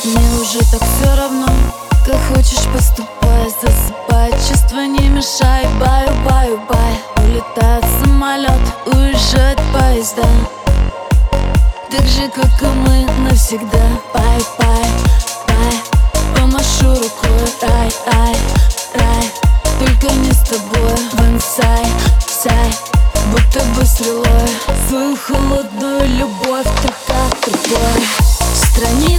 Мне уже так все равно, как хочешь поступай. Засыпай, чувства не мешай. Баю, баю, бай. Улетает самолет, уезжают поезда, так же, как и мы навсегда. Бай, бай, бай. Помашу рукой, рай, ай, рай. Только не с тобой. Бонсай, сай, будто бы стрелой. Свою холодную любовь, так как другой. В стране